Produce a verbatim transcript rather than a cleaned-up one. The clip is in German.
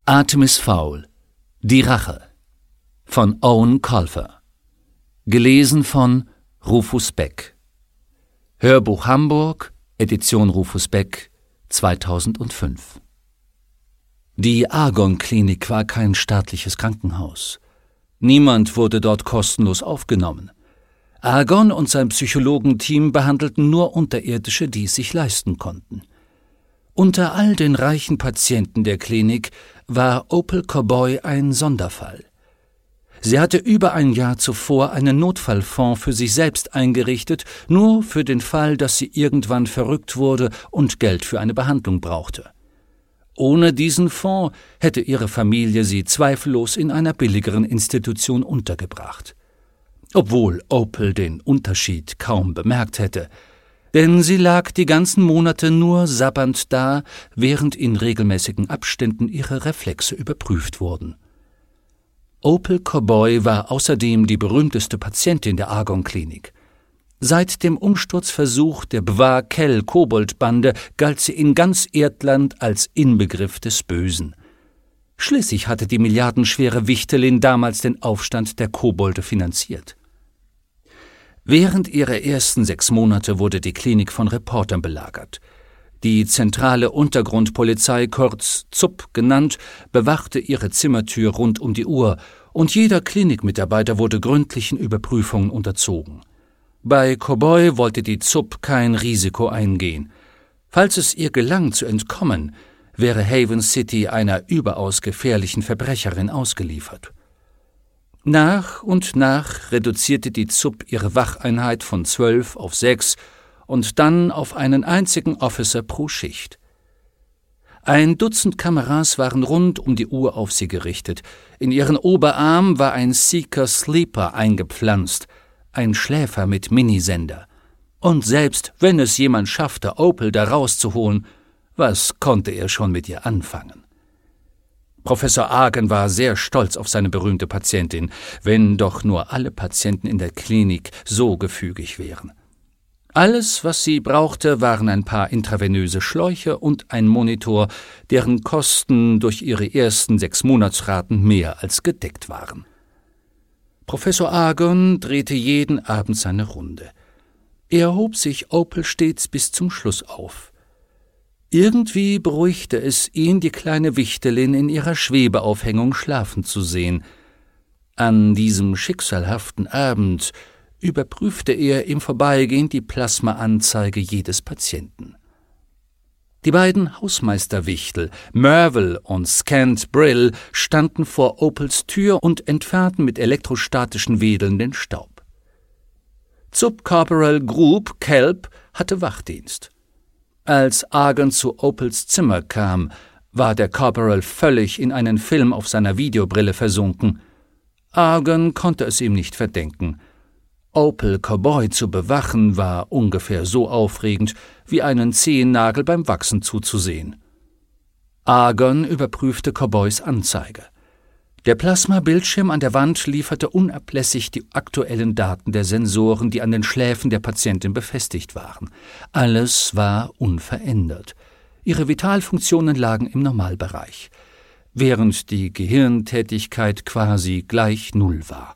Artemis Fowl – Die Rache von Owen Colfer. Gelesen von Rufus Beck. Hörbuch Hamburg, Edition Rufus Beck, zweitausendfünf. Die Argon-Klinik war kein staatliches Krankenhaus. Niemand wurde dort kostenlos aufgenommen. Argon und sein Psychologenteam behandelten nur Unterirdische, die es sich leisten konnten. Unter all den reichen Patienten der Klinik war Opal Cowboy ein Sonderfall. Sie hatte über ein Jahr zuvor einen Notfallfonds für sich selbst eingerichtet, nur für den Fall, dass sie irgendwann verrückt wurde und Geld für eine Behandlung brauchte. Ohne diesen Fonds hätte ihre Familie sie zweifellos in einer billigeren Institution untergebracht. Obwohl Opal den Unterschied kaum bemerkt hätte, denn sie lag die ganzen Monate nur sabbernd da, während in regelmäßigen Abständen ihre Reflexe überprüft wurden. Opal Cowboy war außerdem die berühmteste Patientin der Argon-Klinik. Seit dem Umsturzversuch der Bwa-Kel-Kobold-Bande galt sie in ganz Erdland als Inbegriff des Bösen. Schließlich hatte die milliardenschwere Wichtelin damals den Aufstand der Kobolde finanziert. Während ihrer ersten sechs Monate wurde die Klinik von Reportern belagert. Die zentrale Untergrundpolizei, kurz Z U P genannt, bewachte ihre Zimmertür rund um die Uhr und jeder Klinikmitarbeiter wurde gründlichen Überprüfungen unterzogen. Bei Cowboy wollte die Z U P kein Risiko eingehen. Falls es ihr gelang zu entkommen, wäre Haven City einer überaus gefährlichen Verbrecherin ausgeliefert. Nach und nach reduzierte die Z U P ihre Wacheinheit von zwölf auf sechs und dann auf einen einzigen Officer pro Schicht. Ein Dutzend Kameras waren rund um die Uhr auf sie gerichtet. In ihren Oberarm war ein Seeker-Sleeper eingepflanzt, ein Schläfer mit Minisender. Und selbst wenn es jemand schaffte, Opal da rauszuholen, was konnte er schon mit ihr anfangen? Professor Argon war sehr stolz auf seine berühmte Patientin, wenn doch nur alle Patienten in der Klinik so gefügig wären. Alles, was sie brauchte, waren ein paar intravenöse Schläuche und ein Monitor, deren Kosten durch ihre ersten sechs Monatsraten mehr als gedeckt waren. Professor Argon drehte jeden Abend seine Runde. Er hob sich Opal stets bis zum Schluss auf. Irgendwie beruhigte es ihn, die kleine Wichtelin in ihrer Schwebeaufhängung schlafen zu sehen. An diesem schicksalhaften Abend überprüfte er im Vorbeigehen die Plasmaanzeige jedes Patienten. Die beiden Hausmeisterwichtel, Merville und Scant Brill, standen vor Opals Tür und entfernten mit elektrostatischen Wedeln den Staub. Subcorporal Grub Kelp hatte Wachdienst. Als Argon zu Opals Zimmer kam, war der Corporal völlig in einen Film auf seiner Videobrille versunken. Argon konnte es ihm nicht verdenken. Opal Cowboy zu bewachen war ungefähr so aufregend, wie einen Zehennagel beim Wachsen zuzusehen. Argon überprüfte Cowboys Anzeige. Der Plasmabildschirm an der Wand lieferte unablässig die aktuellen Daten der Sensoren, die an den Schläfen der Patientin befestigt waren. Alles war unverändert. Ihre Vitalfunktionen lagen im Normalbereich, während die Gehirntätigkeit quasi gleich Null war.